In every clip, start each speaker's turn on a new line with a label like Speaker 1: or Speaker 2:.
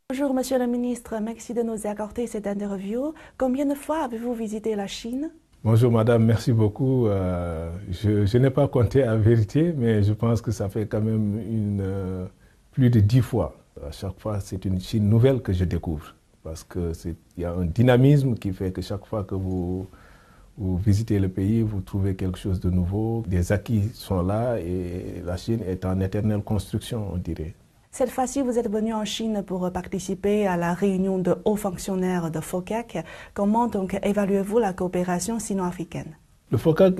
Speaker 1: Bonjour Monsieur le ministre, merci de nous accorder cette interview. Combien de fois avez-vous visité la Chine?
Speaker 2: Bonjour madame, merci beaucoup. Je n'ai pas compté à vérité, mais je pense que ça fait quand même plus de 10 fois. À chaque fois, c'est une Chine nouvelle que je découvre. Parce qu'il y a un dynamisme qui fait que chaque fois que vous visitez le pays, vous trouvez quelque chose de nouveau. Des acquis sont là et la Chine est en éternelle construction, on dirait.
Speaker 1: Cette fois-ci, vous êtes venu en Chine pour participer à la réunion de hauts fonctionnaires de FOCAC. Comment donc évaluez-vous la coopération sino-africaine?
Speaker 2: Le FOCAC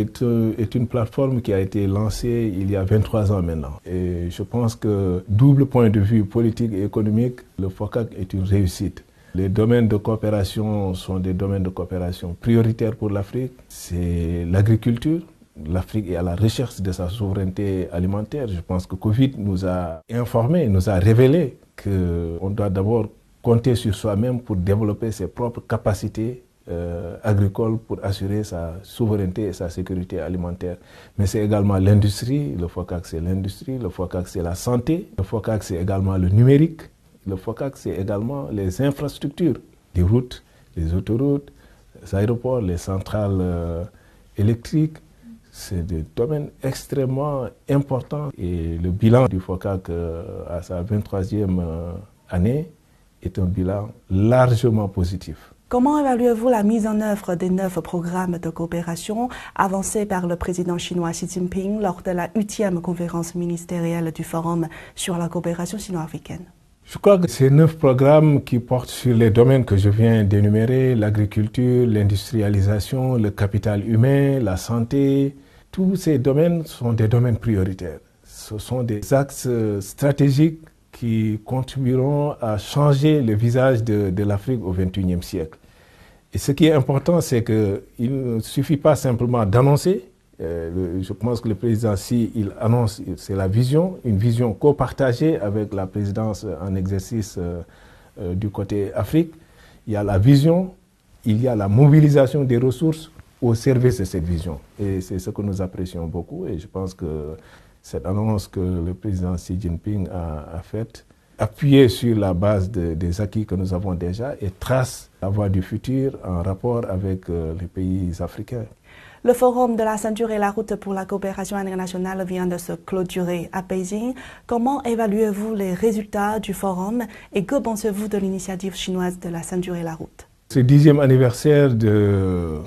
Speaker 2: est une plateforme qui a été lancée il y a 23 ans maintenant. Et je pense que, double point de vue politique et économique, le FOCAC est une réussite. Les domaines de coopération sont des domaines de coopération prioritaires pour l'Afrique. C'est l'agriculture. L'Afrique est à la recherche de sa souveraineté alimentaire. Je pense que Covid nous a informés, nous a révélé qu'on doit d'abord compter sur soi-même pour développer ses propres capacités agricoles pour assurer sa souveraineté et sa sécurité alimentaire. Mais c'est également l'industrie. Le FOCAC, c'est l'industrie. Le FOCAC, c'est la santé. Le FOCAC, c'est également le numérique. Le FOCAC, c'est également les infrastructures, les routes, les autoroutes, les aéroports, les centrales électriques. C'est des domaines extrêmement importants et le bilan du FOCAC à sa 23e année est un bilan largement positif.
Speaker 1: Comment évaluez-vous la mise en œuvre des 9 programmes de coopération avancés par le président chinois Xi Jinping lors de la 8e conférence ministérielle du Forum sur la coopération sino-africaine?
Speaker 2: Je crois que ces 9 programmes qui portent sur les domaines que je viens d'énumérer, l'agriculture, l'industrialisation, le capital humain, la santé, tous ces domaines sont des domaines prioritaires. Ce sont des axes stratégiques qui contribueront à changer le visage de l'Afrique au XXIe siècle. Et ce qui est important, c'est qu'il ne suffit pas simplement d'annoncer. Je pense que le président, il annonce, c'est la vision, une vision copartagée avec la présidence en exercice du côté Afrique. Il y a la vision, il y a la mobilisation des ressources au service de cette vision. Et c'est ce que nous apprécions beaucoup. Et je pense que cette annonce que le président Xi Jinping a faite, appuyée sur la base des acquis que nous avons déjà, et trace la voie du futur en rapport avec les pays africains.
Speaker 1: Le Forum de la ceinture et la route pour la coopération internationale vient de se clôturer à Beijing. Comment évaluez-vous les résultats du forum et que pensez-vous de l'initiative chinoise de la ceinture et la route?
Speaker 2: Ce 10e anniversaire de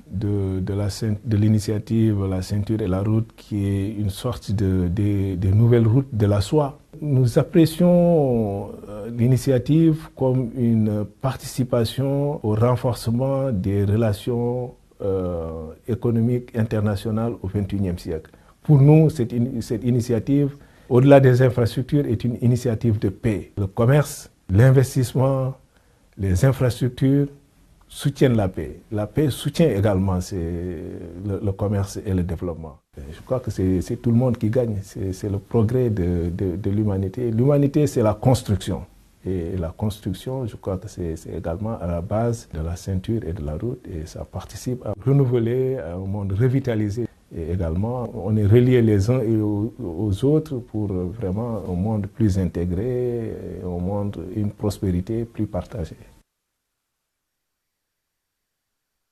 Speaker 2: l'initiative La ceinture et la route, qui est une sorte de nouvelle route de la soie. Nous apprécions l'initiative comme une participation au renforcement des relations économiques internationales au XXIe siècle. Pour nous, cette initiative, au-delà des infrastructures, est une initiative de paix. Le commerce, l'investissement, les infrastructures soutiennent la paix. La paix soutient également le commerce et le développement. Je crois que c'est tout le monde qui gagne. C'est le progrès de l'humanité. L'humanité, c'est la construction. Et la construction, je crois que c'est également à la base de la ceinture et de la route. Et ça participe à renouveler un monde revitalisé. Et également, on est reliés les uns aux autres pour vraiment un monde plus intégré, un monde, une prospérité plus partagée.